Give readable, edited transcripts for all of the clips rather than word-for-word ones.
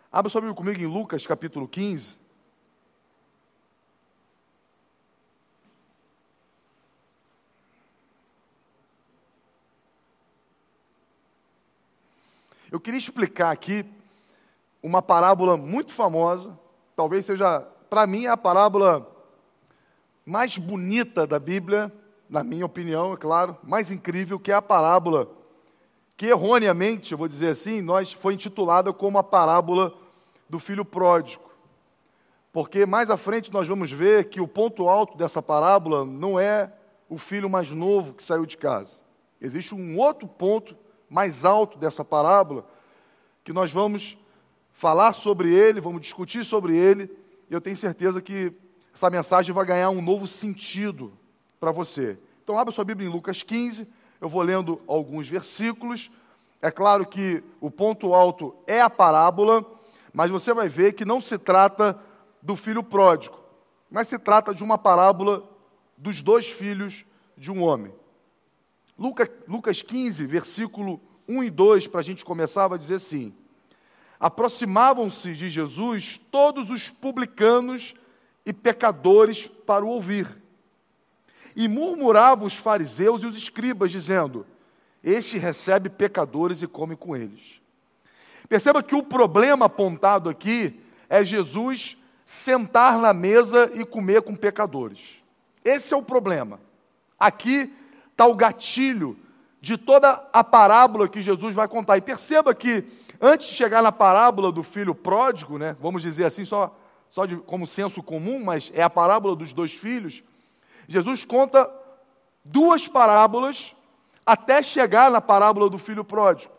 Abra sua Bíblia comigo em Lucas, capítulo 15. Eu queria explicar aqui uma parábola muito famosa, talvez seja, para mim, a parábola mais bonita da Bíblia, na minha opinião, é claro, mais incrível, que é a parábola que, erroneamente, eu vou dizer assim, foi intitulada como a parábola do filho pródigo. Porque mais à frente nós vamos ver que o ponto alto dessa parábola não é o filho mais novo que saiu de casa. Existe um outro ponto mais alto dessa parábola, que nós vamos falar sobre ele, vamos discutir sobre ele, e eu tenho certeza que essa mensagem vai ganhar um novo sentido para você. Então, abra sua Bíblia em Lucas 15, eu vou lendo alguns versículos. É claro que o ponto alto é a parábola, mas você vai ver que não se trata do filho pródigo, mas se trata de uma parábola dos dois filhos de um homem. Lucas 15, versículo 1 e 2, para a gente começar, vai dizer assim: aproximavam-se de Jesus todos os publicanos e pecadores para o ouvir. E murmuravam os fariseus e os escribas, dizendo: este recebe pecadores e come com eles. Perceba que o problema apontado aqui é Jesus sentar na mesa e comer com pecadores. Esse é o problema. Aqui está o gatilho de toda a parábola que Jesus vai contar. E perceba que, antes de chegar na parábola do filho pródigo, né, vamos dizer assim, como senso comum, mas é a parábola dos dois filhos, Jesus conta duas parábolas até chegar na parábola do filho pródigo.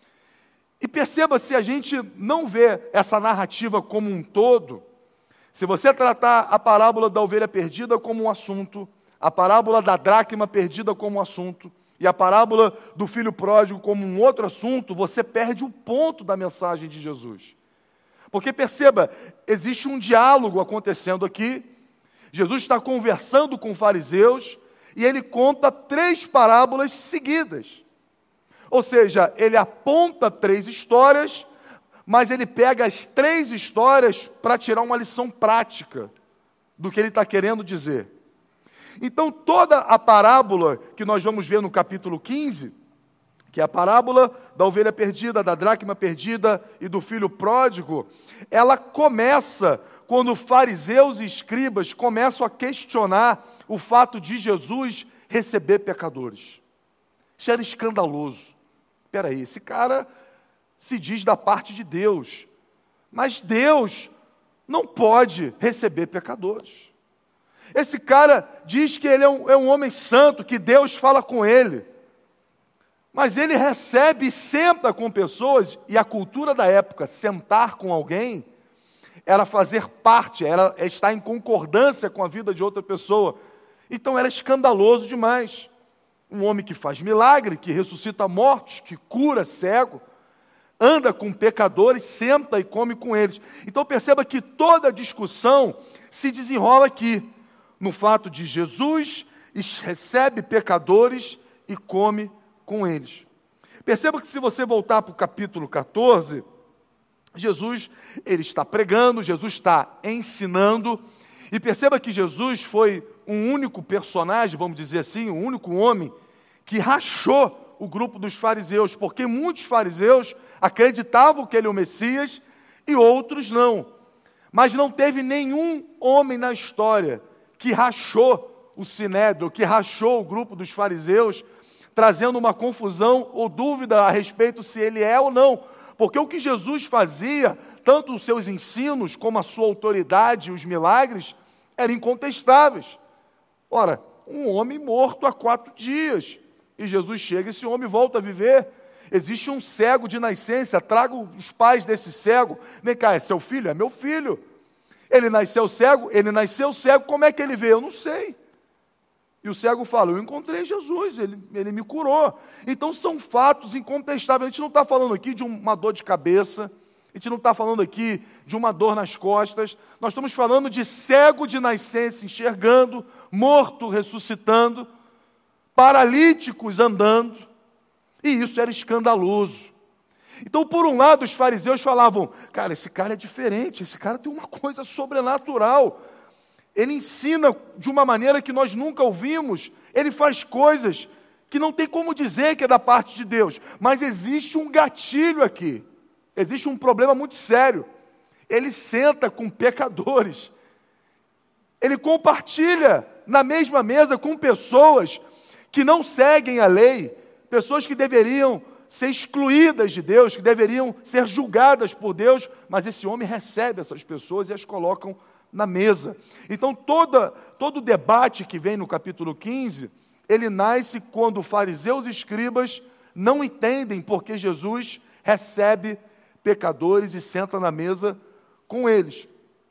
E perceba, se a gente não vê essa narrativa como um todo, se você tratar a parábola da ovelha perdida como um assunto, a parábola da dracma perdida como um assunto, e a parábola do filho pródigo como um outro assunto, você perde o ponto da mensagem de Jesus. Porque perceba, existe um diálogo acontecendo aqui, Jesus está conversando com fariseus, e ele conta 3 parábolas seguidas. Ou seja, ele aponta 3 histórias, mas ele pega as 3 histórias para tirar uma lição prática do que ele está querendo dizer. Então, toda a parábola que nós vamos ver no capítulo 15, que é a parábola da ovelha perdida, da dracma perdida e do filho pródigo, ela começa quando fariseus e escribas começam a questionar o fato de Jesus receber pecadores. Isso era escandaloso. Espera aí, esse cara se diz da parte de Deus, mas Deus não pode receber pecadores. Esse cara diz que ele é um homem santo, que Deus fala com ele, mas ele recebe e senta com pessoas, e a cultura da época, sentar com alguém, era fazer parte, era estar em concordância com a vida de outra pessoa. Então era escandaloso demais. Um homem que faz milagre, que ressuscita mortos, que cura cego, anda com pecadores, senta e come com eles. Então perceba que toda a discussão se desenrola aqui, no fato de Jesus recebe pecadores e come com eles. Perceba que, se você voltar para o capítulo 14, Jesus, ele está pregando, Jesus está ensinando, e perceba que Jesus foi um único personagem, vamos dizer assim, um único homem, que rachou o grupo dos fariseus, porque muitos fariseus acreditavam que ele é o Messias e outros não. Mas não teve nenhum homem na história que rachou o sinédrio, que rachou o grupo dos fariseus, trazendo uma confusão ou dúvida a respeito se ele é ou não. Porque o que Jesus fazia, tanto os seus ensinos como a sua autoridade e os milagres, eram incontestáveis. Ora, um homem morto há 4 dias, e Jesus chega, esse homem volta a viver. Existe um cego de nascença, traga os pais desse cego. Vem cá, é seu filho? É meu filho. Ele nasceu cego, como é que ele vê? Eu não sei. E o cego fala, eu encontrei Jesus, ele me curou. Então são fatos incontestáveis. A gente não está falando aqui de uma dor de cabeça, a gente não está falando aqui de uma dor nas costas, nós estamos falando de cego de nascença enxergando, morto ressuscitando, paralíticos andando, e isso era escandaloso. Então, por um lado, os fariseus falavam, cara, esse cara é diferente, esse cara tem uma coisa sobrenatural. Ele ensina de uma maneira que nós nunca ouvimos, ele faz coisas que não tem como dizer que é da parte de Deus. Mas existe um gatilho aqui, existe um problema muito sério. Ele senta com pecadores, ele compartilha na mesma mesa com pessoas que não seguem a lei, pessoas que deveriam ser excluídas de Deus, que deveriam ser julgadas por Deus, mas esse homem recebe essas pessoas e as colocam na mesa. Então, todo o debate que vem no capítulo 15, ele nasce quando fariseus e escribas não entendem porque Jesus recebe pecadores e senta na mesa com eles.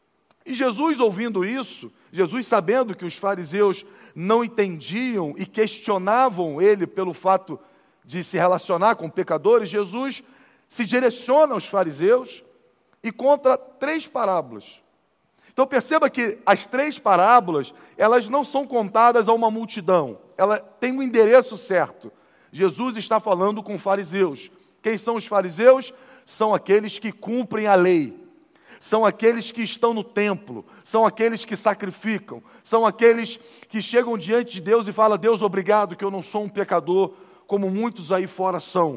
E Jesus, ouvindo isso, Jesus sabendo que os fariseus não entendiam e questionavam ele pelo fato de se relacionar com pecadores, Jesus se direciona aos fariseus e conta 3 parábolas. Então perceba que as 3 parábolas, elas não são contadas a uma multidão, ela tem um endereço certo. Jesus está falando com fariseus. Quem são os fariseus? São aqueles que cumprem a lei, são aqueles que estão no templo, são aqueles que sacrificam, são aqueles que chegam diante de Deus e falam, Deus, obrigado que eu não sou um pecador, como muitos aí fora são,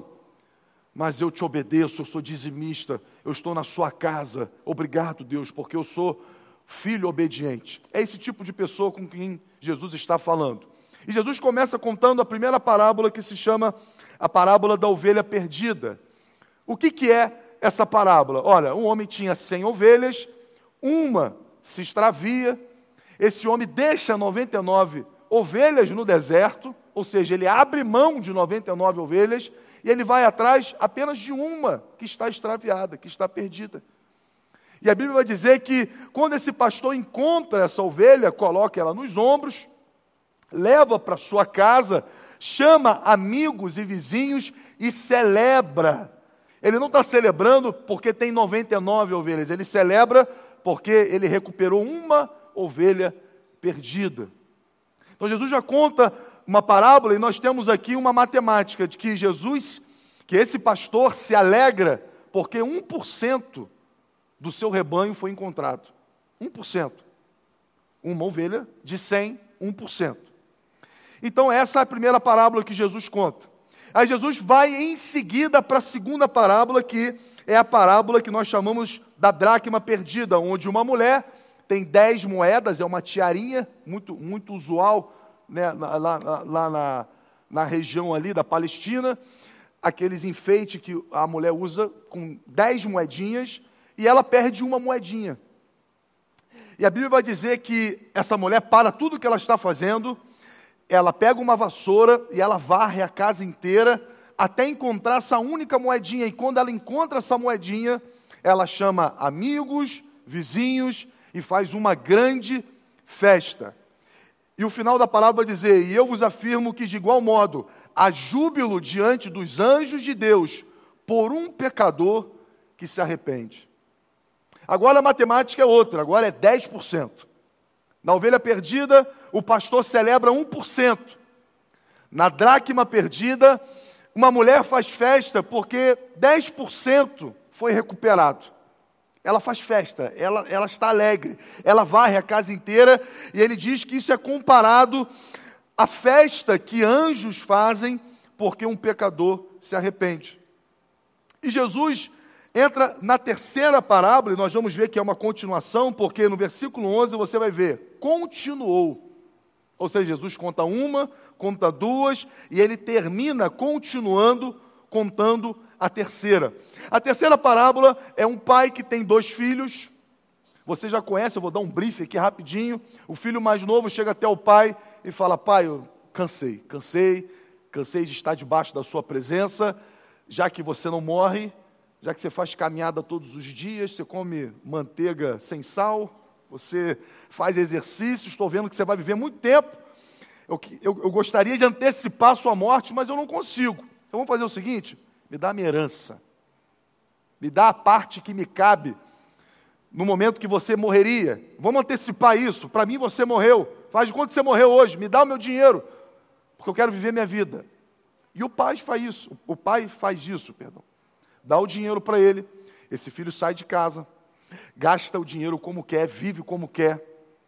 mas eu te obedeço, eu sou dizimista, eu estou na sua casa, obrigado Deus, porque eu sou filho obediente. É esse tipo de pessoa com quem Jesus está falando. E Jesus começa contando a primeira parábola que se chama a parábola da ovelha perdida. O que é essa parábola? Olha, um homem tinha 100 ovelhas, uma se extravia, esse homem deixa 99 ovelhas no deserto, ou seja, ele abre mão de 99 ovelhas e ele vai atrás apenas de uma que está extraviada, que está perdida. E a Bíblia vai dizer que quando esse pastor encontra essa ovelha, coloca ela nos ombros, leva para sua casa, chama amigos e vizinhos e celebra. Ele não está celebrando porque tem 99 ovelhas, ele celebra porque ele recuperou uma ovelha perdida. Então Jesus já conta uma parábola e nós temos aqui uma matemática de que que esse pastor se alegra porque 1% do seu rebanho foi encontrado. 1%. Uma ovelha de 100, 1%. Então essa é a primeira parábola que Jesus conta. Aí Jesus vai em seguida para a segunda parábola, que é a parábola que nós chamamos da dracma perdida, onde uma mulher tem 10 moedas, é uma tiarinha muito usual, né, lá na região ali da Palestina, aqueles enfeites que a mulher usa com 10 moedinhas, e ela perde uma moedinha. E a Bíblia vai dizer que essa mulher para tudo que ela está fazendo, ela pega uma vassoura e ela varre a casa inteira até encontrar essa única moedinha. E quando ela encontra essa moedinha, ela chama amigos, vizinhos e faz uma grande festa. E o final da palavra vai dizer, e eu vos afirmo que de igual modo, há júbilo diante dos anjos de Deus por um pecador que se arrepende. Agora a matemática é outra, agora é 10%. Na ovelha perdida, o pastor celebra 1%. Na dracma perdida, uma mulher faz festa porque 10% foi recuperado. Ela faz festa, ela está alegre, ela varre a casa inteira, e ele diz que isso é comparado à festa que anjos fazem porque um pecador se arrepende. E Jesus entra na terceira parábola, e nós vamos ver que é uma continuação, porque no versículo 11 você vai ver, continuou. Ou seja, Jesus conta uma, conta duas, e ele termina continuando, contando a terceira. A terceira parábola é um pai que tem 2 filhos. Você já conhece, eu vou dar um brief aqui rapidinho. O filho mais novo chega até o pai e fala, pai, eu cansei de estar debaixo da sua presença, já que você não morre, já que você faz caminhada todos os dias, você come manteiga sem sal, você faz exercício, estou vendo que você vai viver muito tempo. Eu gostaria de antecipar a sua morte, mas eu não consigo. Então vamos fazer o seguinte, me dá a minha herança, me dá a parte que me cabe no momento que você morreria. Vamos antecipar isso, para mim você morreu, faz de conta que você morreu hoje, me dá o meu dinheiro, porque eu quero viver minha vida. E o pai faz isso, dá o dinheiro para ele, esse filho sai de casa, gasta o dinheiro como quer, vive como quer,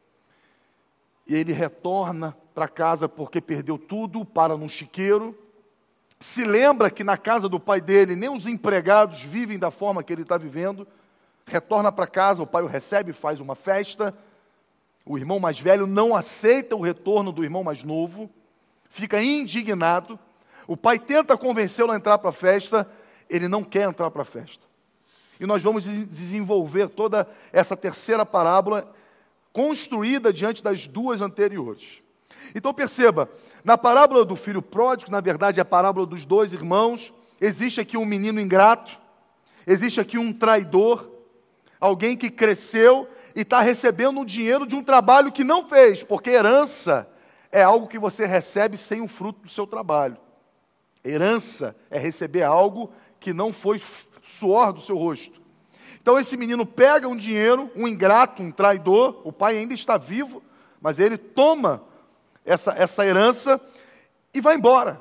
e ele retorna para casa porque perdeu tudo, para num chiqueiro, se lembra que na casa do pai dele nem os empregados vivem da forma que ele está vivendo, retorna para casa, o pai o recebe, faz uma festa, o irmão mais velho não aceita o retorno do irmão mais novo, fica indignado, o pai tenta convencê-lo a entrar para a festa, ele não quer entrar para a festa. E nós vamos desenvolver toda essa terceira parábola, construída diante das duas anteriores. Então perceba, na parábola do filho pródigo, na verdade é a parábola dos dois irmãos, existe aqui um menino ingrato, existe aqui um traidor, alguém que cresceu e está recebendo o dinheiro de um trabalho que não fez, porque herança é algo que você recebe sem o fruto do seu trabalho. Herança é receber algo que não foi suor do seu rosto. Então esse menino pega um dinheiro, um ingrato, um traidor, o pai ainda está vivo, mas ele toma essa herança e vai embora.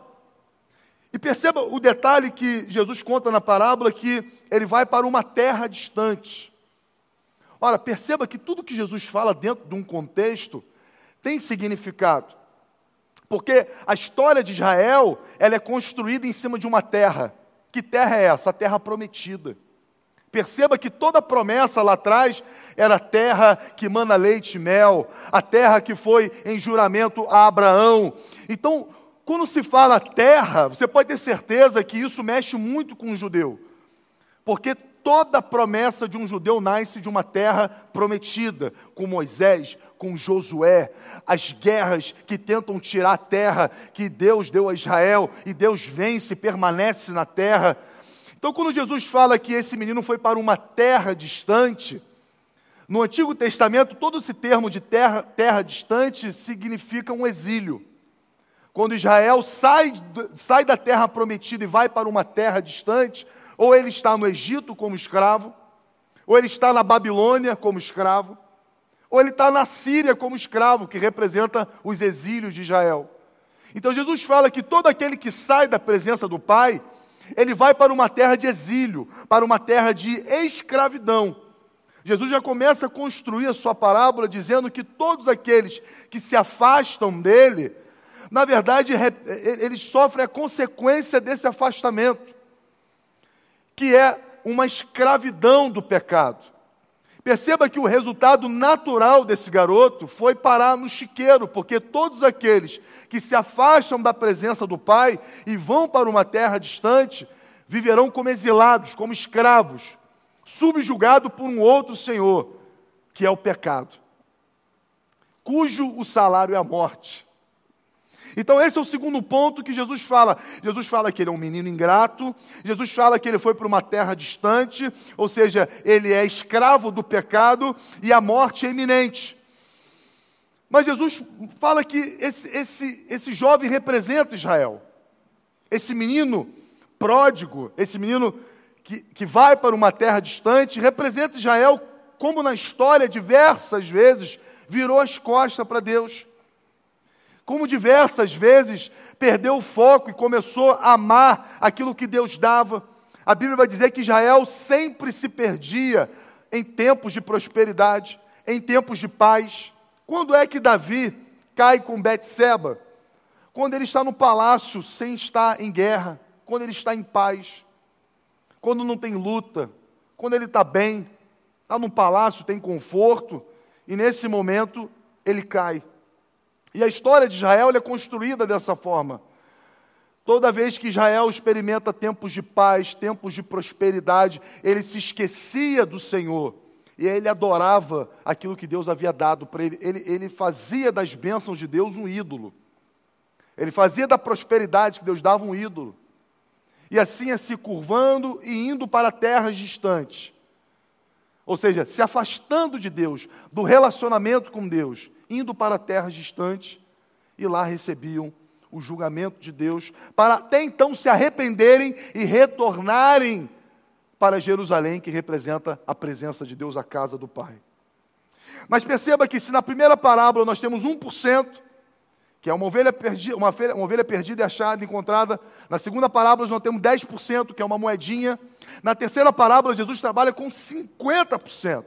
E perceba o detalhe que Jesus conta na parábola, que ele vai para uma terra distante. Ora, perceba que tudo que Jesus fala dentro de um contexto tem significado. Porque a história de Israel, ela é construída em cima de uma terra. Que terra é essa? A terra prometida. Perceba que toda a promessa lá atrás era a terra que mana leite e mel, a terra que foi em juramento a Abraão. Então, quando se fala terra, você pode ter certeza que isso mexe muito com o judeu. Porque toda promessa de um judeu nasce de uma terra prometida, com Moisés, com Josué, as guerras que tentam tirar a terra que Deus deu a Israel, e Deus vence e permanece na terra. Então, quando Jesus fala que esse menino foi para uma terra distante, no Antigo Testamento, todo esse termo de terra distante significa um exílio. Quando Israel sai da terra prometida e vai para uma terra distante, ou ele está no Egito como escravo, ou ele está na Babilônia como escravo, ou ele está na Síria como escravo, que representa os exílios de Israel. Então Jesus fala que todo aquele que sai da presença do Pai, ele vai para uma terra de exílio, para uma terra de escravidão. Jesus já começa a construir a sua parábola dizendo que todos aqueles que se afastam dele, na verdade, eles sofrem a consequência desse afastamento, que é uma escravidão do pecado. Perceba que o resultado natural desse garoto foi parar no chiqueiro, porque todos aqueles que se afastam da presença do Pai e vão para uma terra distante, viverão como exilados, como escravos, subjugados por um outro Senhor, que é o pecado, cujo o salário é a morte. Então esse é o segundo ponto que Jesus fala. Jesus fala que ele é um menino ingrato, Jesus fala que ele foi para uma terra distante, ou seja, ele é escravo do pecado e a morte é iminente. Mas Jesus fala que esse jovem representa Israel. Esse menino pródigo, esse menino que vai para uma terra distante, representa Israel, como na história diversas vezes virou as costas para Deus. Como diversas vezes perdeu o foco e começou a amar aquilo que Deus dava. A Bíblia vai dizer que Israel sempre se perdia em tempos de prosperidade, em tempos de paz. Quando é que Davi cai com Betseba? Quando ele está no palácio sem estar em guerra, quando ele está em paz, quando não tem luta, quando ele está bem, está no palácio, tem conforto, e nesse momento ele cai. E a história de Israel é construída dessa forma. Toda vez que Israel experimenta tempos de paz, tempos de prosperidade, ele se esquecia do Senhor. E ele adorava aquilo que Deus havia dado para ele. Ele fazia das bênçãos de Deus um ídolo. Ele fazia da prosperidade que Deus dava um ídolo. E assim ia se curvando e indo para terras distantes. Ou seja, se afastando de Deus, do relacionamento com Deus, indo para terras distantes, e lá recebiam o julgamento de Deus, para até então se arrependerem e retornarem para Jerusalém, que representa a presença de Deus, a casa do Pai. Mas perceba que se na primeira parábola nós temos 1%, que é uma ovelha perdida e achada, encontrada. Na segunda parábola nós temos 10%, que é uma moedinha. Na terceira parábola, Jesus trabalha com 50%.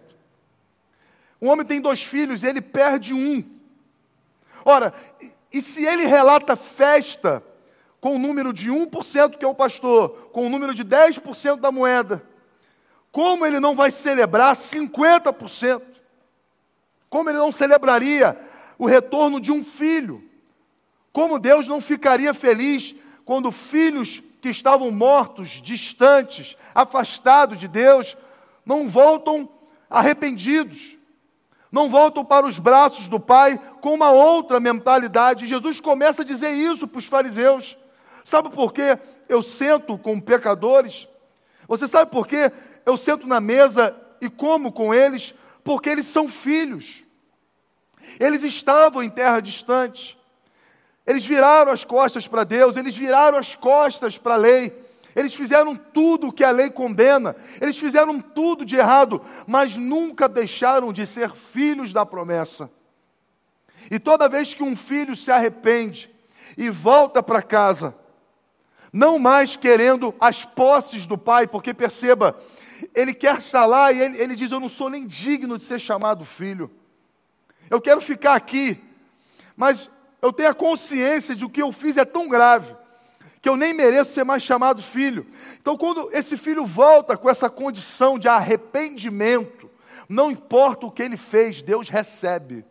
Um homem tem 2 filhos e ele perde um. Ora, e se ele relata festa com o número de 1%, que é o pastor, com o número de 10% da moeda, como ele não vai celebrar 50%? Como ele não celebraria o retorno de um filho? Como Deus não ficaria feliz quando filhos que estavam mortos, distantes, afastados de Deus, não voltam arrependidos, não voltam para os braços do Pai com uma outra mentalidade? Jesus começa a dizer isso para os fariseus. Sabe por quê eu sento com pecadores? Você sabe por quê eu sento na mesa e como com eles? Porque eles são filhos. Eles estavam em terra distante. Eles viraram as costas para Deus, eles viraram as costas para a lei. Eles fizeram tudo o que a lei condena. Eles fizeram tudo de errado, mas nunca deixaram de ser filhos da promessa. E toda vez que um filho se arrepende e volta para casa, não mais querendo as posses do pai, porque perceba, ele quer estar lá e ele diz: eu não sou nem digno de ser chamado filho. Eu quero ficar aqui, mas eu tenho a consciência de que o que eu fiz é tão grave, que eu nem mereço ser mais chamado filho. Então, quando esse filho volta com essa condição de arrependimento, não importa o que ele fez, Deus recebe.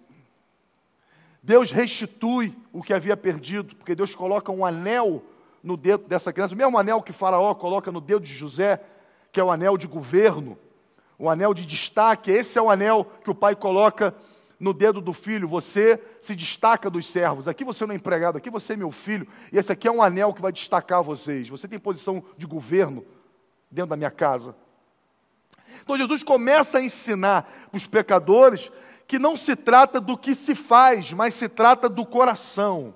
Deus restitui o que havia perdido, porque Deus coloca um anel no dedo dessa criança, o mesmo anel que Faraó coloca no dedo de José, que é o anel de governo, o anel de destaque. Esse é o anel que o pai coloca no dedo do filho. Você se destaca dos servos. Aqui você não é empregado, aqui você é meu filho. E esse aqui é um anel que vai destacar vocês. Você tem posição de governo dentro da minha casa. Então Jesus começa a ensinar para os pecadores que não se trata do que se faz, mas se trata do coração.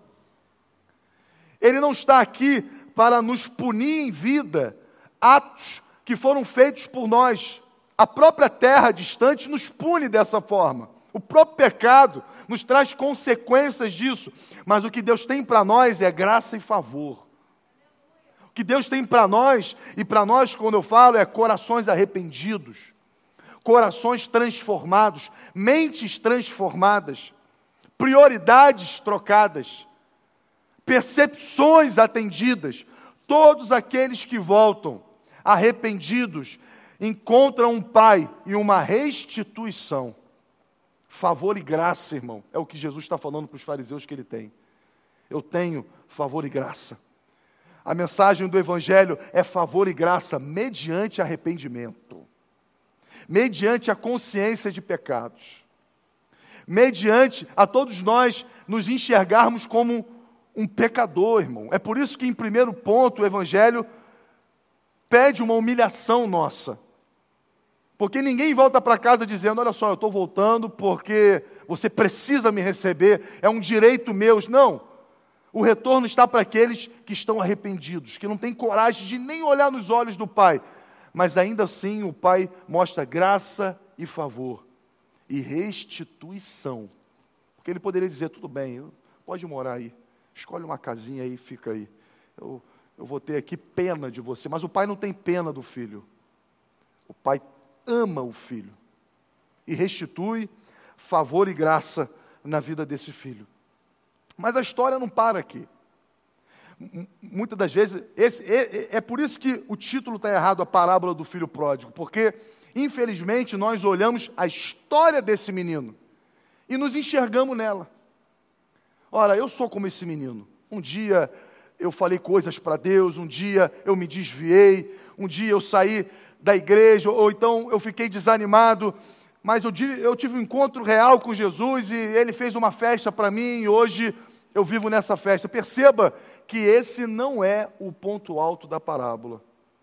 Ele não está aqui para nos punir em vida atos que foram feitos por nós. A própria terra distante nos pune dessa forma. O próprio pecado nos traz consequências disso. Mas o que Deus tem para nós é graça e favor. O que Deus tem para nós, e para nós, quando eu falo, é corações arrependidos, corações transformados, mentes transformadas, prioridades trocadas, percepções atendidas. Todos aqueles que voltam arrependidos encontram um Pai e uma restituição. Favor e graça, irmão, é o que Jesus está falando para os fariseus que ele tem. Eu tenho favor e graça. A mensagem do Evangelho é favor e graça mediante arrependimento, mediante a consciência de pecados, mediante a todos nós nos enxergarmos como um pecador, irmão. É por isso que, em primeiro ponto, o Evangelho pede uma humilhação nossa. Porque ninguém volta para casa dizendo: olha só, eu estou voltando porque você precisa me receber, é um direito meu. Não, o retorno está para aqueles que estão arrependidos, que não têm coragem de nem olhar nos olhos do Pai. Mas ainda assim o Pai mostra graça e favor e restituição. Porque Ele poderia dizer: tudo bem, pode morar aí, escolhe uma casinha aí e fica aí. Eu vou ter aqui pena de você. Mas o Pai não tem pena do filho. O Pai ama o filho e restitui favor e graça na vida desse filho. Mas a história não para aqui. Muitas das vezes, é por isso que o título está errado, a parábola do filho pródigo, porque, infelizmente, nós olhamos a história desse menino e nos enxergamos nela. Ora, eu sou como esse menino. Um dia eu falei coisas para Deus, um dia eu me desviei, um dia eu saí da igreja, ou então eu fiquei desanimado, mas eu tive um encontro real com Jesus e Ele fez uma festa para mim e hoje eu vivo nessa festa. Perceba que esse não é o ponto alto da parábola.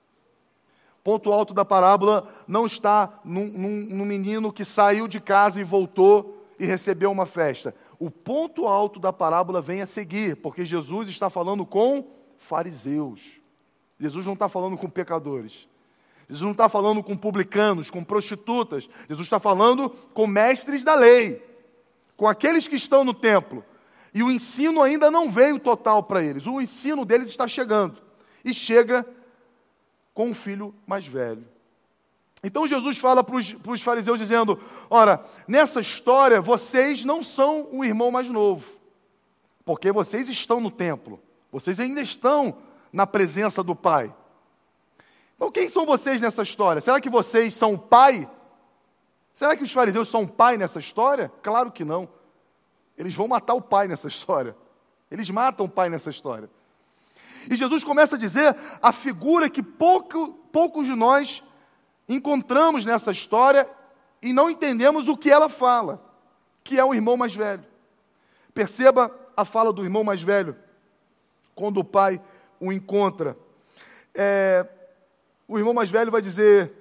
O ponto alto da parábola não está num menino que saiu de casa e voltou e recebeu uma festa. O ponto alto da parábola vem a seguir, porque Jesus está falando com fariseus. Jesus não está falando com pecadores. Jesus não está falando com publicanos, com prostitutas. Jesus está falando com mestres da lei, com aqueles que estão no templo. E o ensino ainda não veio total para eles. O ensino deles está chegando. E chega com o filho mais velho. Então Jesus fala para os fariseus dizendo, ora, nessa história vocês não são o irmão mais novo, porque vocês estão no templo, vocês ainda estão na presença do Pai. Então quem são vocês nessa história? Será que vocês são o pai? Será que os fariseus são o pai nessa história? Claro que não. Eles vão matar o pai nessa história. Eles matam o pai nessa história. E Jesus começa a dizer a figura que poucos de nós encontramos nessa história e não entendemos o que ela fala, que é o irmão mais velho. Perceba a fala do irmão mais velho, quando o pai o encontra. O irmão mais velho vai dizer,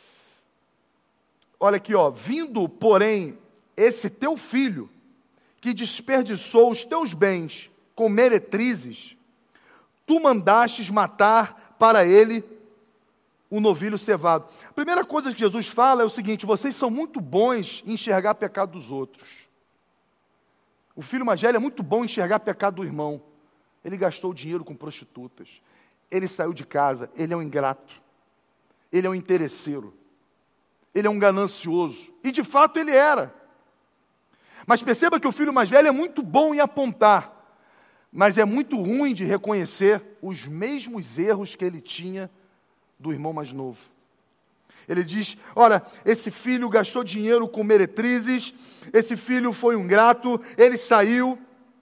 olha aqui, vindo, porém, esse teu filho, que desperdiçou os teus bens com meretrizes, tu mandastes matar para ele o novilho cevado. A primeira coisa que Jesus fala é o seguinte, vocês são muito bons em enxergar pecado dos outros. O filho mais velho é muito bom em enxergar pecado do irmão. Ele gastou dinheiro com prostitutas. Ele saiu de casa. Ele é um ingrato. Ele é um interesseiro. Ele é um ganancioso. E de fato ele era. Mas perceba que o filho mais velho é muito bom em apontar. Mas é muito ruim de reconhecer os mesmos erros que ele tinha do irmão mais novo. Ele diz, ora, esse filho gastou dinheiro com meretrizes, esse filho foi um ingrato, ele saiu,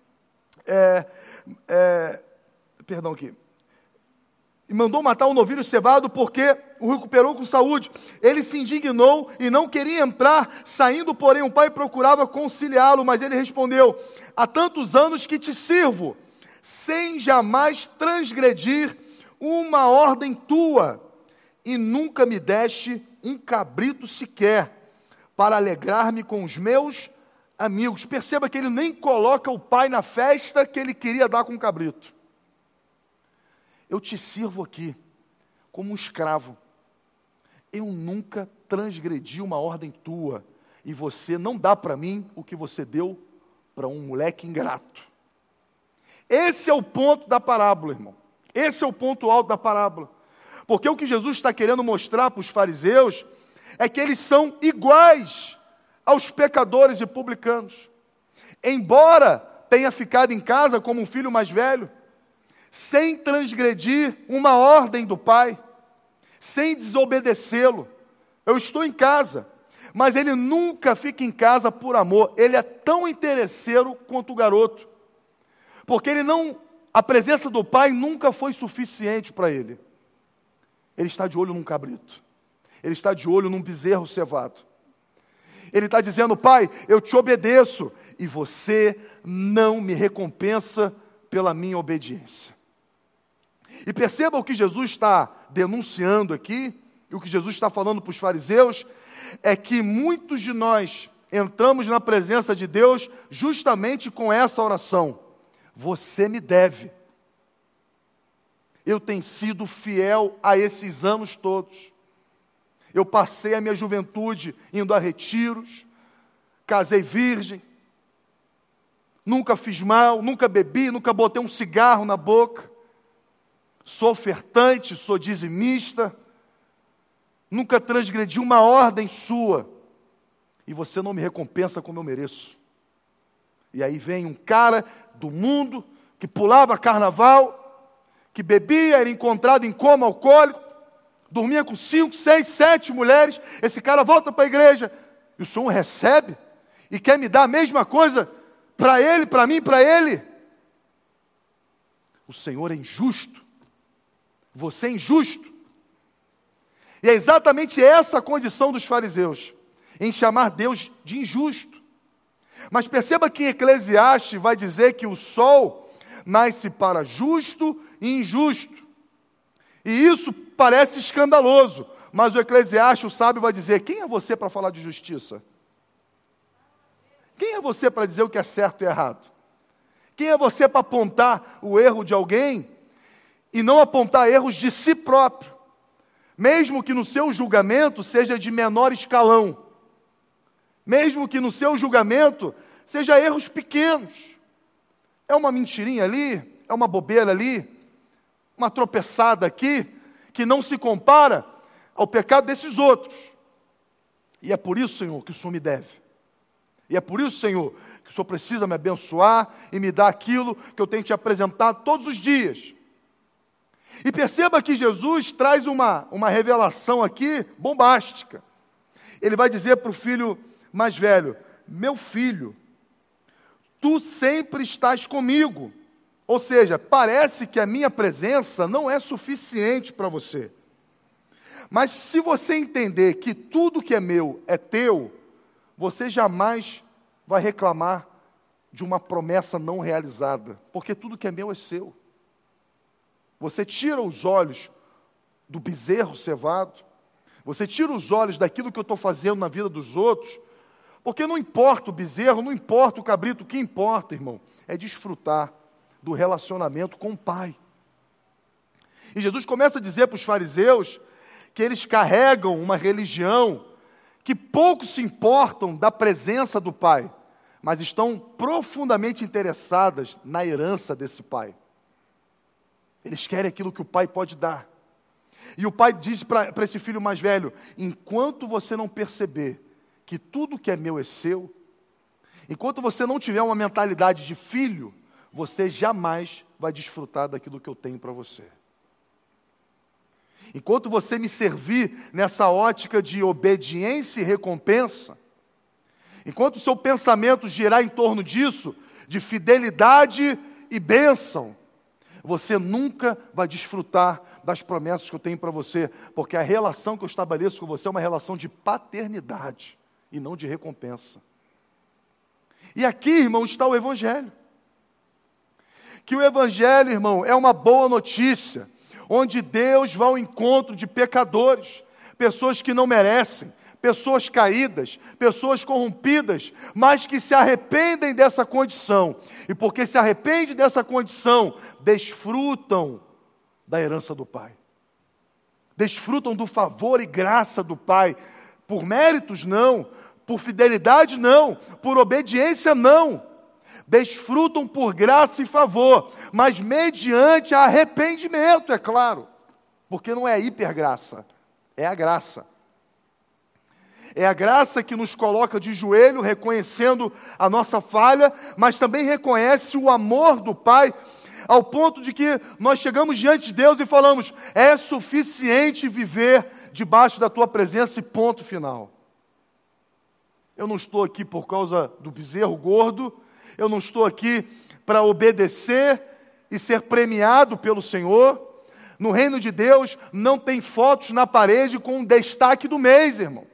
e mandou matar o novilho cevado porque o recuperou com saúde. Ele se indignou e não queria entrar, saindo, porém, o pai procurava conciliá-lo, mas ele respondeu, há tantos anos que te sirvo, sem jamais transgredir uma ordem tua, e nunca me deste um cabrito sequer, para alegrar-me com os meus amigos. Perceba que ele nem coloca o pai na festa que ele queria dar com o cabrito. Eu te sirvo aqui como um escravo. Eu nunca transgredi uma ordem tua, e você não dá para mim o que você deu para um moleque ingrato. Esse é o ponto da parábola, irmão. Esse é o ponto alto da parábola. Porque o que Jesus está querendo mostrar para os fariseus é que eles são iguais aos pecadores e publicanos. Embora tenha ficado em casa como um filho mais velho, sem transgredir uma ordem do pai, sem desobedecê-lo. Eu estou em casa, mas ele nunca fica em casa por amor. Ele é tão interesseiro quanto o garoto. Porque a presença do pai nunca foi suficiente para ele. Ele está de olho num cabrito. Ele está de olho num bezerro cevado. Ele está dizendo, pai, eu te obedeço, e você não me recompensa pela minha obediência. E perceba o que Jesus está denunciando aqui, e o que Jesus está falando para os fariseus, é que muitos de nós entramos na presença de Deus justamente com essa oração. Você me deve. Eu tenho sido fiel a esses anos todos. Eu passei a minha juventude indo a retiros, casei virgem, nunca fiz mal, nunca bebi, nunca botei um cigarro na boca, sou ofertante, sou dizimista, nunca transgredi uma ordem sua, e você não me recompensa como eu mereço. E aí vem um cara do mundo, que pulava carnaval, que bebia, era encontrado em coma alcoólico, dormia com 5, 6, 7 mulheres, esse cara volta para a igreja, e o Senhor recebe, e quer me dar a mesma coisa, para ele, para mim, para ele. O Senhor é injusto, você é injusto, e é exatamente essa a condição dos fariseus, em chamar Deus de injusto. Mas perceba que em Eclesiastes vai dizer que o sol nasce para justo e injusto. E isso parece escandaloso, mas o Eclesiastes, o sábio, vai dizer, quem é você para falar de justiça? Quem é você para dizer o que é certo e errado? Quem é você para apontar o erro de alguém e não apontar erros de si próprio? Mesmo que no seu julgamento seja de menor escalão. Mesmo que no seu julgamento seja erros pequenos. é uma mentirinha ali, é uma bobeira ali, uma tropeçada aqui, que não se compara ao pecado desses outros. E é por isso, Senhor, que o Senhor me deve. E é por isso, Senhor, que o Senhor precisa me abençoar e me dar aquilo que eu tenho que te apresentar todos os dias. E perceba que Jesus traz uma revelação aqui bombástica. Ele vai dizer para o filho mais velho: meu filho, tu sempre estás comigo. Ou seja, parece que a minha presença não é suficiente para você. Mas se você entender que tudo que é meu é teu, você jamais vai reclamar de uma promessa não realizada, porque tudo que é meu é seu. Você tira os olhos do bezerro cevado, você tira os olhos daquilo que eu estou fazendo na vida dos outros, porque não importa o bezerro, não importa o cabrito, o que importa, irmão, é desfrutar do relacionamento com o Pai. E Jesus começa a dizer para os fariseus que eles carregam uma religião que pouco se importam da presença do Pai, mas estão profundamente interessadas na herança desse Pai. Eles querem aquilo que o Pai pode dar. E o Pai diz para esse filho mais velho: enquanto você não perceber que tudo que é meu é seu, enquanto você não tiver uma mentalidade de filho, você jamais vai desfrutar daquilo que eu tenho para você. Enquanto você me servir nessa ótica de obediência e recompensa, enquanto o seu pensamento girar em torno disso, de fidelidade e bênção, você nunca vai desfrutar das promessas que eu tenho para você, porque a relação que eu estabeleço com você é uma relação de paternidade e não de recompensa. E aqui, irmão, está o Evangelho. Que o Evangelho, irmão, é uma boa notícia, onde Deus vai ao encontro de pecadores, pessoas que não merecem, pessoas caídas, pessoas corrompidas, mas que se arrependem dessa condição. E porque se arrependem dessa condição, desfrutam da herança do Pai. Desfrutam do favor e graça do Pai. Por méritos, não. Por fidelidade, não. Por obediência, não. Desfrutam por graça e favor, mas mediante arrependimento, é claro. Porque não é a hipergraça, é a graça. É a graça que nos coloca de joelho, reconhecendo a nossa falha, mas também reconhece o amor do Pai, ao ponto de que nós chegamos diante de Deus e falamos: é suficiente viver debaixo da Tua presença e ponto final. Eu não estou aqui por causa do bezerro gordo, eu não estou aqui para obedecer e ser premiado pelo Senhor. No reino de Deus não tem fotos na parede com um destaque do mês, irmão.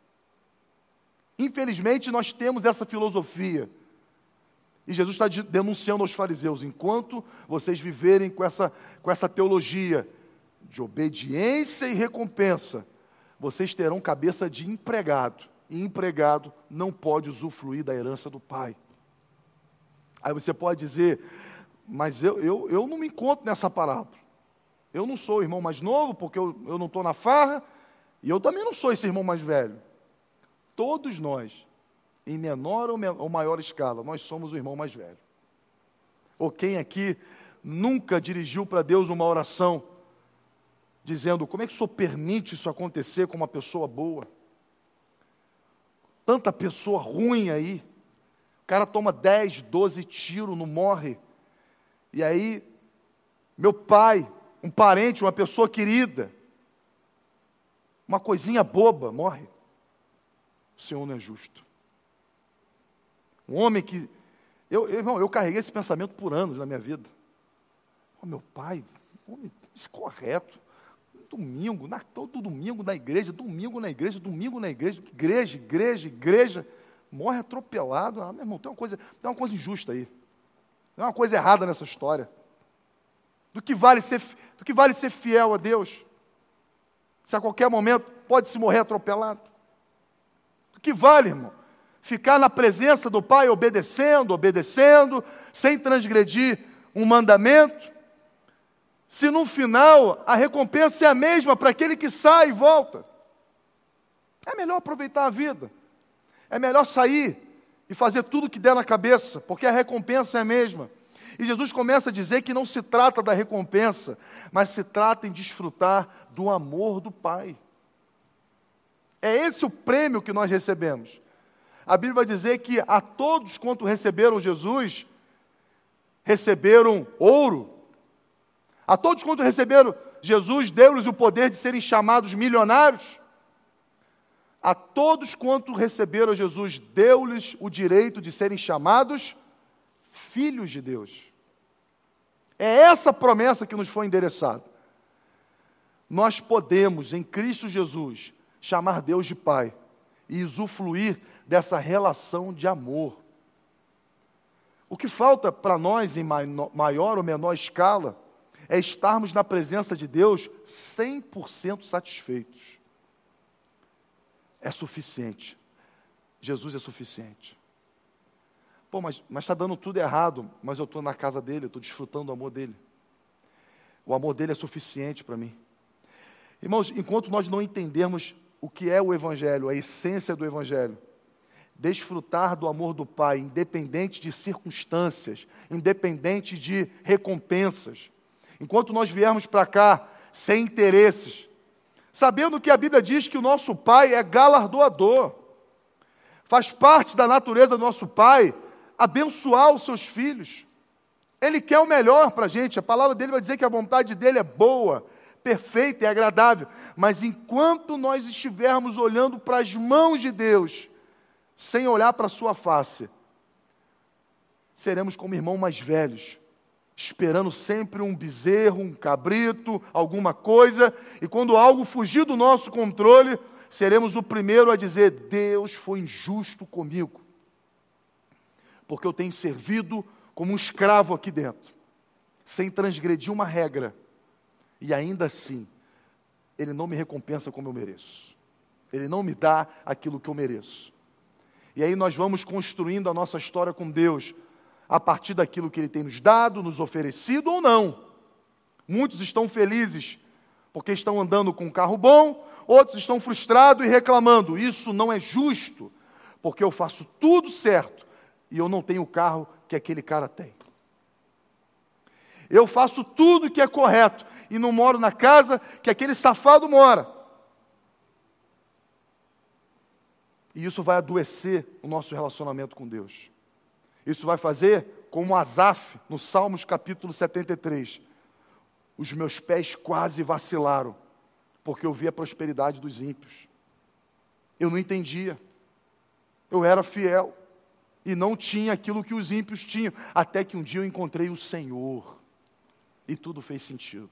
Infelizmente, nós temos essa filosofia. E Jesus está denunciando aos fariseus: enquanto vocês viverem com essa teologia de obediência e recompensa, vocês terão cabeça de empregado. E empregado não pode usufruir da herança do Pai. Aí você pode dizer: mas eu não me encontro nessa parábola. Eu não sou o irmão mais novo, porque eu não estou na farra, e eu também não sou esse irmão mais velho. Todos nós, em menor ou maior escala, nós somos o irmão mais velho. Ou quem aqui nunca dirigiu para Deus uma oração, dizendo: como é que o Senhor permite isso acontecer com uma pessoa boa? Tanta pessoa ruim aí. O cara toma 10, 12 tiros, não morre. E aí, meu pai, um parente, uma pessoa querida, uma coisinha boba, morre. O Senhor não é justo. Um homem que... Irmão, eu carreguei esse pensamento por anos na minha vida. Meu pai, homem correto. Todo domingo na igreja, igreja, morre atropelado. Meu irmão, tem uma coisa injusta aí. Tem uma coisa errada nessa história. Do que vale ser fiel a Deus? Se a qualquer momento pode se morrer atropelado. Do que vale, irmão? Ficar na presença do Pai obedecendo, sem transgredir um mandamento, se no final a recompensa é a mesma para aquele que sai e volta. É melhor aproveitar a vida. É melhor sair e fazer tudo o que der na cabeça, porque a recompensa é a mesma. E Jesus começa a dizer que não se trata da recompensa, mas se trata em desfrutar do amor do Pai. É esse o prêmio que nós recebemos. A Bíblia vai dizer que a todos quanto receberam Jesus, receberam ouro. A todos quanto receberam Jesus, deu-lhes o poder de serem chamados milionários. A todos quanto receberam Jesus, deu-lhes o direito de serem chamados filhos de Deus. É essa promessa que nos foi endereçada. Nós podemos, em Cristo Jesus, chamar Deus de Pai e usufruir dessa relação de amor. O que falta para nós, em maior ou menor escala, é estarmos na presença de Deus 100% satisfeitos. É suficiente. Jesus é suficiente. Pô, mas está dando tudo errado, mas eu estou na casa dele, eu estou desfrutando do amor dele. O amor dele é suficiente para mim. Irmãos, enquanto nós não entendermos o que é o Evangelho, a essência do Evangelho, desfrutar do amor do Pai, independente de circunstâncias, independente de recompensas, enquanto nós viermos para cá sem interesses, sabendo que a Bíblia diz que o nosso Pai é galardoador, faz parte da natureza do nosso Pai abençoar os seus filhos. Ele quer o melhor para a gente. A palavra dele vai dizer que a vontade dele é boa, perfeita e agradável. Mas enquanto nós estivermos olhando para as mãos de Deus, sem olhar para a sua face, seremos como irmãos mais velhos, esperando sempre um bezerro, um cabrito, alguma coisa, e quando algo fugir do nosso controle, seremos o primeiro a dizer: Deus foi injusto comigo, porque eu tenho servido como um escravo aqui dentro, sem transgredir uma regra, e ainda assim, Ele não me recompensa como eu mereço, Ele não me dá aquilo que eu mereço. E aí nós vamos construindo a nossa história com Deus, a partir daquilo que Ele tem nos dado, nos oferecido ou não. Muitos estão felizes porque estão andando com um carro bom, outros estão frustrados e reclamando: isso não é justo, porque eu faço tudo certo e eu não tenho o carro que aquele cara tem. Eu faço tudo que é correto e não moro na casa que aquele safado mora. E isso vai adoecer o nosso relacionamento com Deus. Isso vai fazer como Asaf, no Salmos capítulo 73. Os meus pés quase vacilaram, porque eu vi a prosperidade dos ímpios. Eu não entendia. Eu era fiel e não tinha aquilo que os ímpios tinham, até que um dia eu encontrei o Senhor e tudo fez sentido.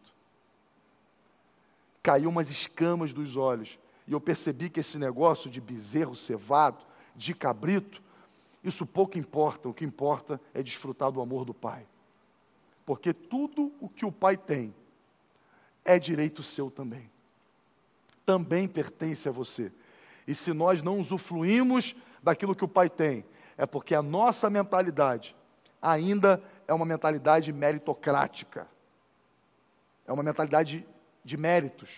Caiu umas escamas dos olhos e eu percebi que esse negócio de bezerro cevado, de cabrito, isso pouco importa. O que importa é desfrutar do amor do Pai, porque tudo o que o Pai tem é direito seu também. Também pertence a você. E se nós não usufruímos daquilo que o Pai tem, é porque a nossa mentalidade ainda é uma mentalidade meritocrática. É uma mentalidade de méritos.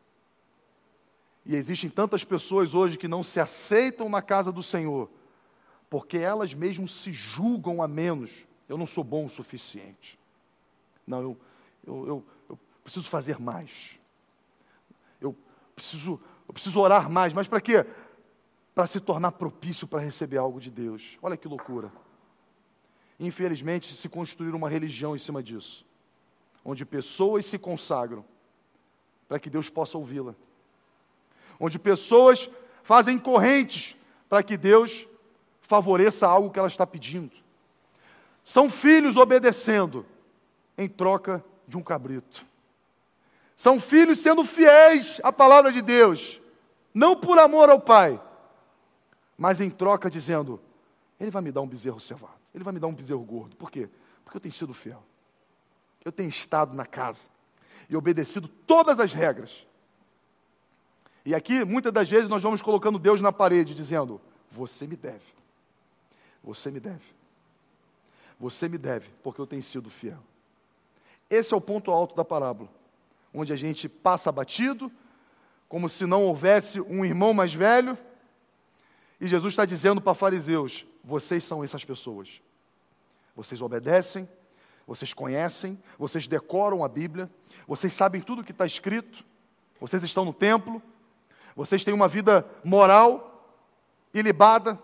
E existem tantas pessoas hoje que não se aceitam na casa do Senhor, porque elas mesmas se julgam a menos. Eu não sou bom o suficiente. Não, eu preciso fazer mais. Eu preciso orar mais. Mas para quê? Para se tornar propício para receber algo de Deus. Olha que loucura. Infelizmente, se construir uma religião em cima disso, onde pessoas se consagram para que Deus possa ouvi-la, onde pessoas fazem correntes para que Deus favoreça algo que ela está pedindo. São filhos obedecendo em troca de um cabrito. São filhos sendo fiéis à palavra de Deus, não por amor ao Pai, mas em troca dizendo: Ele vai me dar um bezerro cevado, Ele vai me dar um bezerro gordo. Por quê? Porque eu tenho sido fiel. Eu tenho estado na casa e obedecido todas as regras. E aqui, muitas das vezes, nós vamos colocando Deus na parede, dizendo: você me deve. Você me deve. Você me deve, porque eu tenho sido fiel. Esse é o ponto alto da parábola, onde a gente passa batido, como se não houvesse um irmão mais velho, e Jesus está dizendo para fariseus: vocês são essas pessoas. Vocês obedecem, Vocês conhecem, vocês decoram a Bíblia, vocês sabem tudo o que está escrito, vocês estão no templo, vocês têm uma vida moral, ilibada,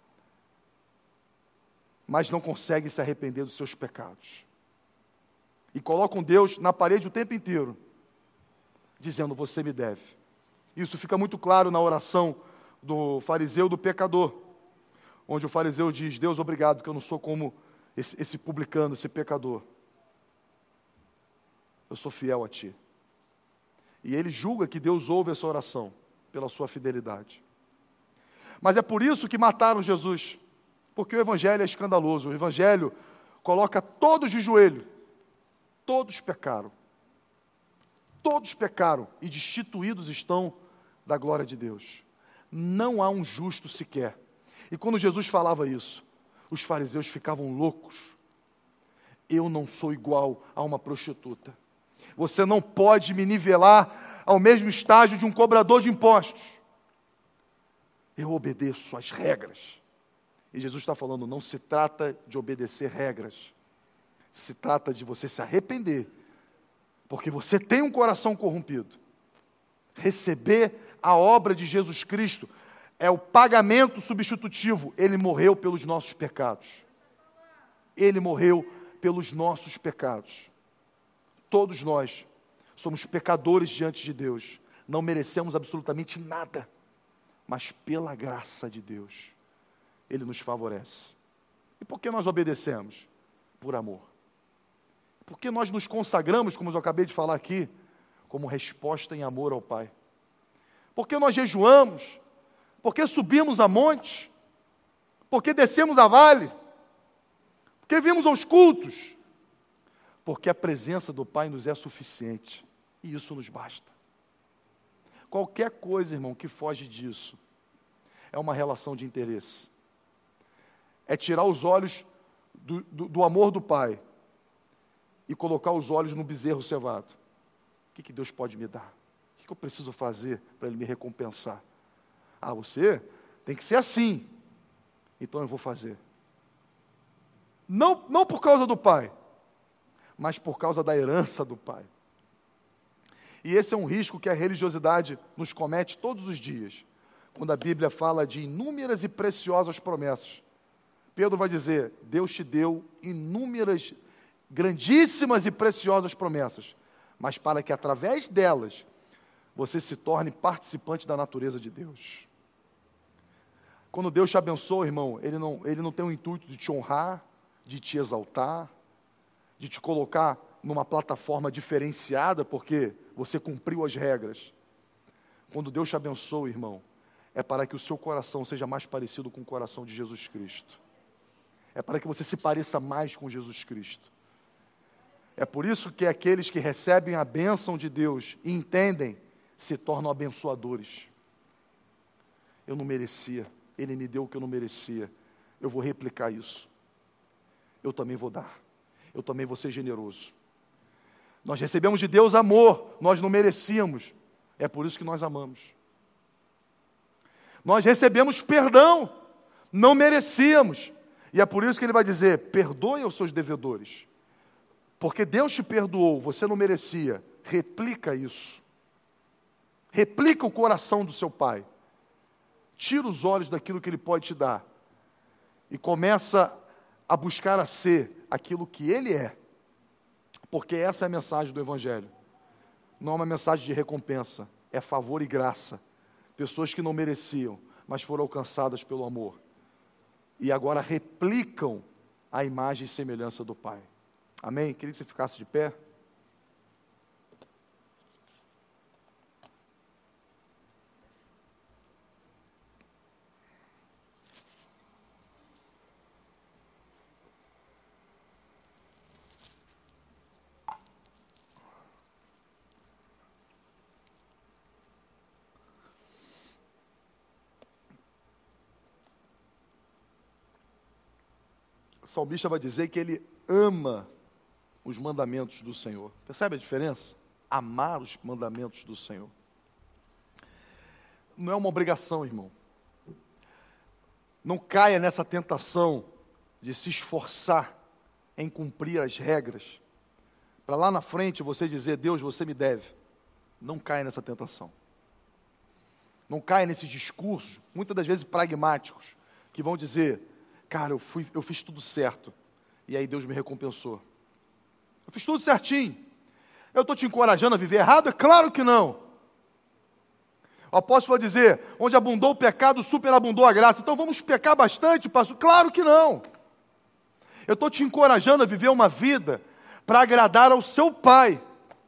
mas não conseguem se arrepender dos seus pecados. E colocam Deus na parede o tempo inteiro, dizendo, você me deve. Isso fica muito claro na oração do fariseu do pecador, onde o fariseu diz, Deus, obrigado, que eu não sou como esse publicano, esse pecador. Eu sou fiel a Ti. E ele julga que Deus ouve essa oração, pela sua fidelidade. Mas é por isso que mataram Jesus, porque o Evangelho é escandaloso. O Evangelho coloca todos de joelho. Todos pecaram. Todos pecaram e destituídos estão da glória de Deus. Não há um justo sequer. E quando Jesus falava isso, os fariseus ficavam loucos. Eu não sou igual a uma prostituta. Você não pode me nivelar ao mesmo estágio de um cobrador de impostos. Eu obedeço às regras. E Jesus está falando, não se trata de obedecer regras. Se trata de você se arrepender, porque você tem um coração corrompido. Receber a obra de Jesus Cristo é o pagamento substitutivo. Ele morreu pelos nossos pecados. Ele morreu pelos nossos pecados. Todos nós somos pecadores diante de Deus. Não merecemos absolutamente nada, mas pela graça de Deus, Ele nos favorece. E por que nós obedecemos? Por amor. Por que nós nos consagramos, como eu acabei de falar aqui, como resposta em amor ao Pai? Por que nós jejuamos? Por que subimos a monte? Por que descemos a vale? Por que vimos aos cultos? Porque a presença do Pai nos é suficiente, e isso nos basta. Qualquer coisa, irmão, que foge disso, é uma relação de interesse. É tirar os olhos do amor do Pai, e colocar os olhos no bezerro cevado. O que Deus pode me dar? O que eu preciso fazer para Ele me recompensar? Ah, você tem que ser assim. Então eu vou fazer. Não por causa do Pai, mas por causa da herança do Pai. E esse é um risco que a religiosidade nos comete todos os dias, quando a Bíblia fala de inúmeras e preciosas promessas. Pedro vai dizer, Deus te deu inúmeras, grandíssimas e preciosas promessas, mas para que através delas, você se torne participante da natureza de Deus. Quando Deus te abençoa, irmão, Ele não tem o intuito de te honrar, de te exaltar, de te colocar numa plataforma diferenciada, porque você cumpriu as regras. Quando Deus te abençoa, irmão, é para que o seu coração seja mais parecido com o coração de Jesus Cristo. É para que você se pareça mais com Jesus Cristo. É por isso que aqueles que recebem a bênção de Deus e entendem, se tornam abençoadores. Eu não merecia, Ele me deu o que eu não merecia. Eu vou replicar isso. Eu também vou dar. Eu também vou ser generoso. Nós recebemos de Deus amor, nós não merecíamos. É por isso que nós amamos. Nós recebemos perdão, não merecíamos. E é por isso que Ele vai dizer, perdoe os seus devedores. Porque Deus te perdoou, você não merecia. Replica isso. Replica o coração do seu Pai. Tira os olhos daquilo que Ele pode te dar. E começa a buscar a ser aquilo que Ele é. Porque essa é a mensagem do Evangelho. Não é uma mensagem de recompensa. É favor e graça. Pessoas que não mereciam, mas foram alcançadas pelo amor. E agora replicam a imagem e semelhança do Pai. Amém? Queria que você ficasse de pé. O salmista vai dizer que ele ama os mandamentos do Senhor. Percebe a diferença? Amar os mandamentos do Senhor. Não é uma obrigação, irmão. Não caia nessa tentação de se esforçar em cumprir as regras, para lá na frente você dizer, Deus, você me deve. Não caia nessa tentação. Não caia nesses discursos, muitas das vezes pragmáticos, que vão dizer, cara, eu fiz tudo certo, e aí Deus me recompensou. Eu fiz tudo certinho. Eu estou te encorajando a viver errado? É claro que não. O apóstolo vai dizer, onde abundou o pecado, superabundou a graça. Então vamos pecar bastante, pastor? Claro que não. Eu estou te encorajando a viver uma vida para agradar ao seu Pai.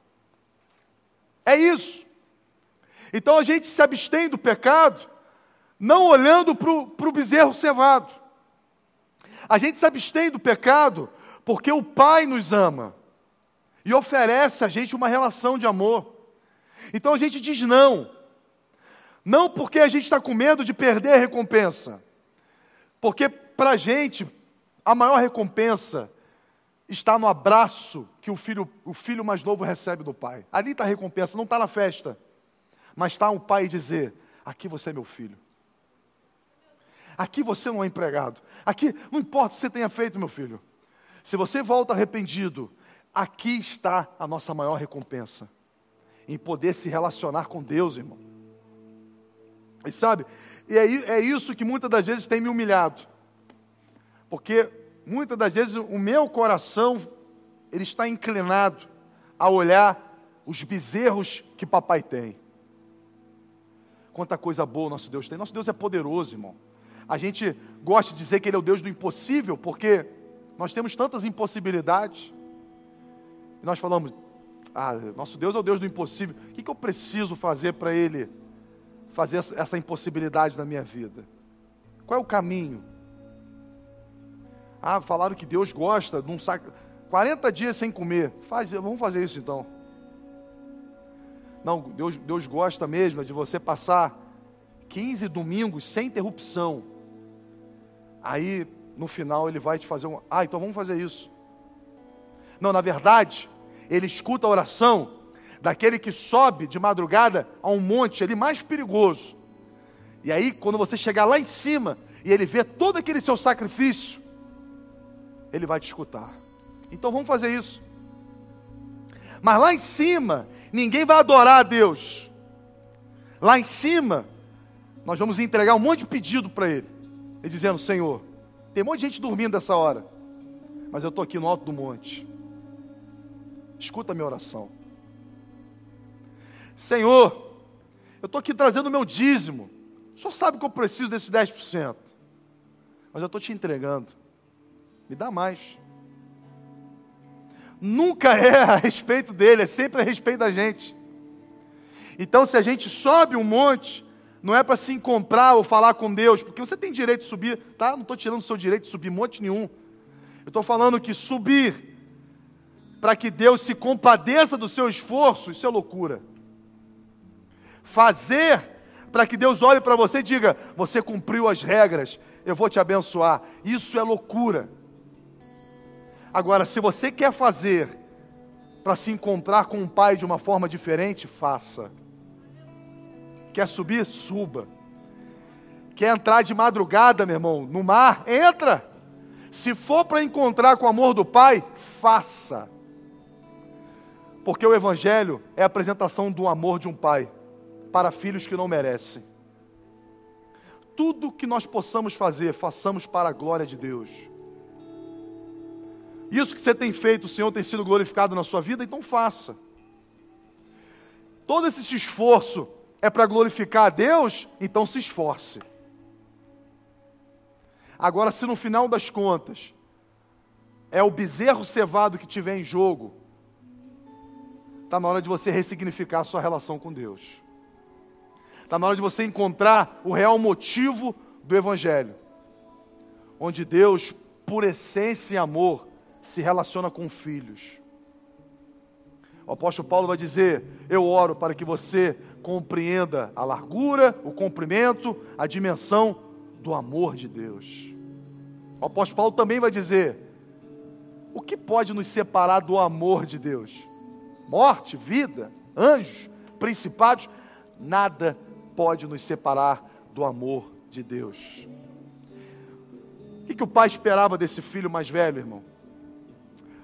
É isso. Então a gente se abstém do pecado, não olhando para o bezerro cevado. A gente se abstém do pecado porque o Pai nos ama e oferece a gente uma relação de amor. Então a gente diz não. Não porque a gente está com medo de perder a recompensa. Porque para a gente, a maior recompensa está no abraço que o filho mais novo recebe do pai. Ali está a recompensa, não está na festa. Mas está o pai dizer, aqui você é meu filho. Aqui você não é empregado. Aqui, não importa o que você tenha feito, meu filho. Se você volta arrependido, aqui está a nossa maior recompensa. Em poder se relacionar com Deus, irmão. E sabe, é isso que muitas das vezes tem me humilhado. Porque muitas das vezes o meu coração, ele está inclinado a olhar os bezerros que papai tem. Quanta coisa boa nosso Deus tem. Nosso Deus é poderoso, irmão. A gente gosta de dizer que Ele é o Deus do impossível, porque nós temos tantas impossibilidades. E nós falamos, nosso Deus é o Deus do impossível. O que eu preciso fazer para Ele fazer essa impossibilidade na minha vida? Qual é o caminho? Falaram que Deus gosta de 40 dias sem comer. Vamos fazer isso então. Não, Deus gosta mesmo de você passar 15 domingos sem interrupção. Aí, no final, Ele vai te fazer então vamos fazer isso. Não, na verdade, Ele escuta a oração daquele que sobe de madrugada a um monte ali mais perigoso. E aí, quando você chegar lá em cima, e Ele vê todo aquele seu sacrifício, Ele vai te escutar. Então vamos fazer isso. Mas lá em cima, ninguém vai adorar a Deus. Lá em cima, nós vamos entregar um monte de pedido para Ele. Ele dizendo, Senhor, tem um monte de gente dormindo nessa hora, mas eu estou aqui no alto do monte. Escuta a minha oração. Senhor, eu estou aqui trazendo o meu dízimo. O Senhor sabe que eu preciso desses 10%. Mas eu estou te entregando. Me dá mais. Nunca é a respeito dele, é sempre a respeito da gente. Então, se a gente sobe um monte, não é para se encontrar ou falar com Deus, porque você tem direito de subir, tá? Não estou tirando o seu direito de subir monte nenhum. Eu estou falando que subir para que Deus se compadeça do seu esforço, isso é loucura. Fazer para que Deus olhe para você e diga, você cumpriu as regras, eu vou te abençoar. Isso é loucura. Agora, se você quer fazer para se encontrar com um pai de uma forma diferente, faça. Quer subir? Suba. Quer entrar de madrugada, meu irmão, no mar? Entra. Se for para encontrar com o amor do pai, faça. Porque o evangelho é a apresentação do amor de um pai para filhos que não merecem. Tudo que nós possamos fazer, façamos para a glória de Deus. Isso que você tem feito, o Senhor tem sido glorificado na sua vida, então faça. Todo esse esforço é para glorificar a Deus, então se esforce. Agora, se no final das contas é o bezerro cevado que tiver em jogo, está na hora de você ressignificar a sua relação com Deus. Está na hora de você encontrar o real motivo do Evangelho, onde Deus, por essência e amor, se relaciona com filhos. O apóstolo Paulo vai dizer, eu oro para que você compreenda a largura, o comprimento, a dimensão do amor de Deus. O apóstolo Paulo também vai dizer, o que pode nos separar do amor de Deus? Morte, vida, anjos, principados, nada pode nos separar do amor de Deus. O que o pai esperava desse filho mais velho, irmão?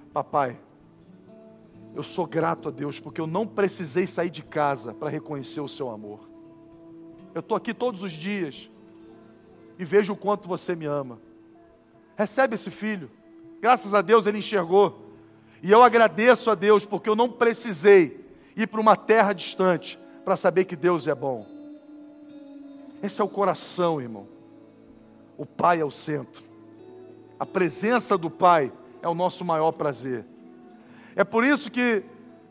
Papai, eu sou grato a Deus porque eu não precisei sair de casa para reconhecer o seu amor. Eu estou aqui todos os dias e vejo o quanto você me ama. Recebe esse filho. Graças a Deus ele enxergou. E eu agradeço a Deus porque eu não precisei ir para uma terra distante para saber que Deus é bom. Esse é o coração, irmão. O Pai é o centro. A presença do Pai é o nosso maior prazer. É por isso que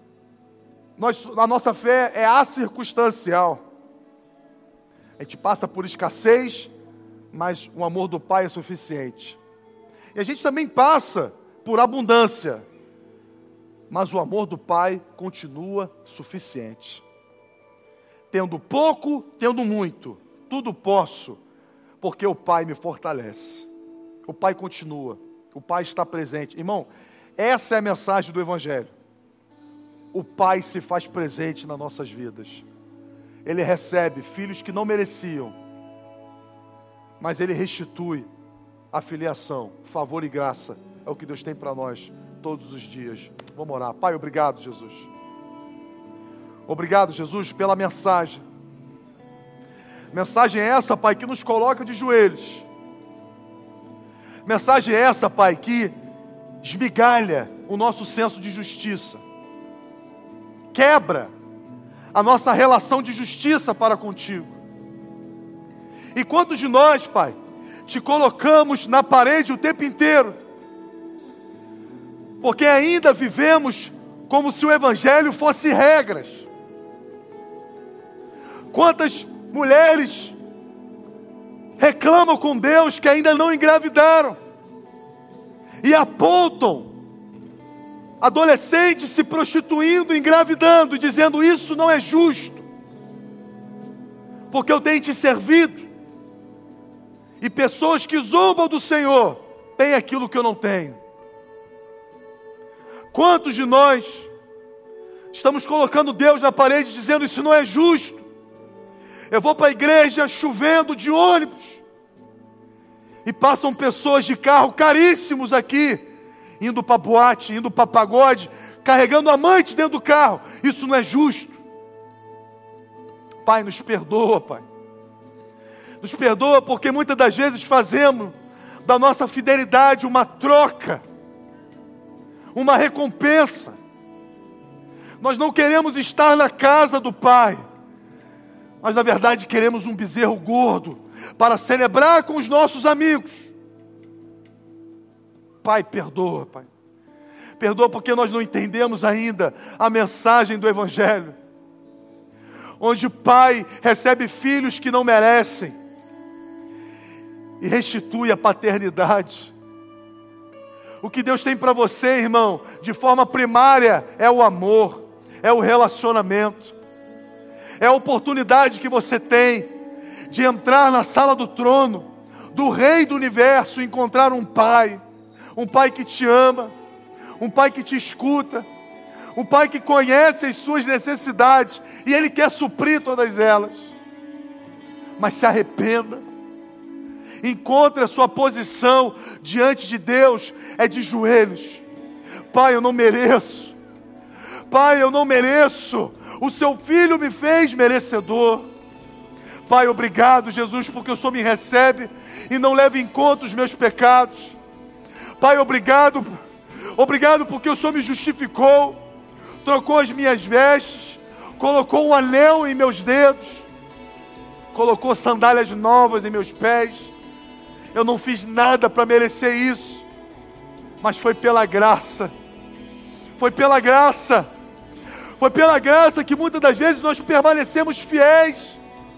a nossa fé é acircunstancial. A gente passa por escassez, mas o amor do Pai é suficiente. E a gente também passa por abundância, mas o amor do Pai continua suficiente. Tendo pouco, tendo muito, tudo posso, porque o Pai me fortalece. O Pai continua, o Pai está presente. Irmão, essa é a mensagem do Evangelho. O Pai se faz presente nas nossas vidas. Ele recebe filhos que não mereciam, mas Ele restitui a filiação, favor e graça. É o que Deus tem para nós todos os dias. Vamos orar. Pai, obrigado, Jesus. Obrigado, Jesus, pela mensagem. Mensagem essa, Pai, que nos coloca de joelhos. Mensagem essa, Pai, que esmigalha o nosso senso de justiça. Quebra a nossa relação de justiça para contigo. E quantos de nós, Pai, te colocamos na parede o tempo inteiro? Porque ainda vivemos como se o Evangelho fosse regras. Quantas mulheres reclamam com Deus que ainda não engravidaram e apontam adolescentes se prostituindo, engravidando e dizendo: isso não é justo, porque eu tenho te servido. E pessoas que zombam do Senhor têm aquilo que eu não tenho. Quantos de nós estamos colocando Deus na parede dizendo: isso não é justo? Eu vou para a igreja chovendo de ônibus e passam pessoas de carro caríssimos aqui, indo para boate, indo para pagode, carregando amante dentro do carro. Isso não é justo. Pai, nos perdoa, Pai. Nos perdoa porque muitas das vezes fazemos da nossa fidelidade uma troca, uma recompensa. Nós não queremos estar na casa do Pai, mas na verdade queremos um bezerro gordo para celebrar com os nossos amigos. Pai, perdoa, Pai. Perdoa porque nós não entendemos ainda a mensagem do Evangelho, onde o Pai recebe filhos que não merecem e restitui a paternidade. O que Deus tem para você, irmão, de forma primária, é o amor, é o relacionamento, é a oportunidade que você tem de entrar na sala do trono do Rei do Universo e encontrar um Pai que te ama, um Pai que te escuta, um Pai que conhece as suas necessidades e Ele quer suprir todas elas. Mas se arrependa, encontre a sua posição diante de Deus, é de joelhos. Pai, eu não mereço. Pai, eu não mereço. O seu Filho me fez merecedor. Pai, obrigado, Jesus, porque o Senhor me recebe e não leva em conta os meus pecados. Pai, obrigado. Obrigado porque o Senhor me justificou, trocou as minhas vestes, colocou um anel em meus dedos, colocou sandálias novas em meus pés. Eu não fiz nada para merecer isso, mas foi pela graça. Foi pela graça. Foi pela graça que muitas das vezes nós permanecemos fiéis.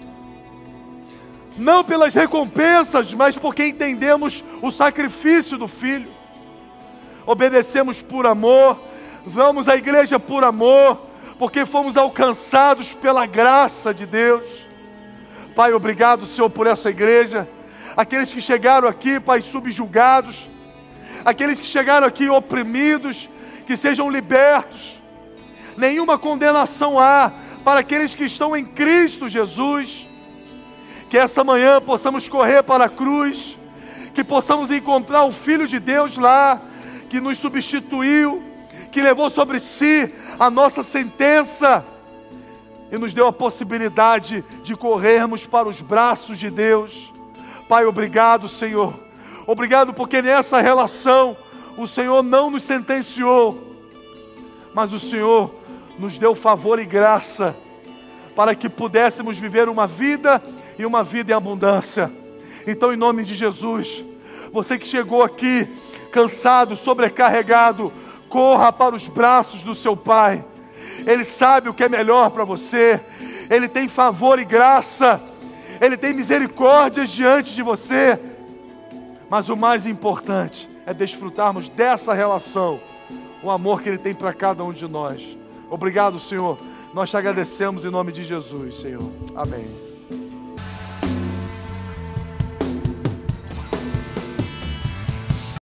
Não pelas recompensas, mas porque entendemos o sacrifício do Filho. Obedecemos por amor, vamos à igreja por amor, porque fomos alcançados pela graça de Deus. Pai, obrigado, Senhor, por essa igreja. Aqueles que chegaram aqui, Pai, subjugados, aqueles que chegaram aqui oprimidos, que sejam libertos. Nenhuma condenação há para aqueles que estão em Cristo Jesus. Que essa manhã possamos correr para a cruz, que possamos encontrar o Filho de Deus lá, que nos substituiu, que levou sobre si a nossa sentença e nos deu a possibilidade de corrermos para os braços de Deus. Pai, obrigado, Senhor. Obrigado porque nessa relação o Senhor não nos sentenciou, mas o Senhor nos deu favor e graça para que pudéssemos viver uma vida e uma vida em abundância. Então, em nome de Jesus, você que chegou aqui cansado, sobrecarregado, corra para os braços do seu Pai. Ele sabe o que é melhor para você. Ele tem favor e graça. Ele tem misericórdias diante de você. Mas o mais importante é desfrutarmos dessa relação, o amor que Ele tem para cada um de nós. Obrigado, Senhor. Nós te agradecemos em nome de Jesus, Senhor. Amém.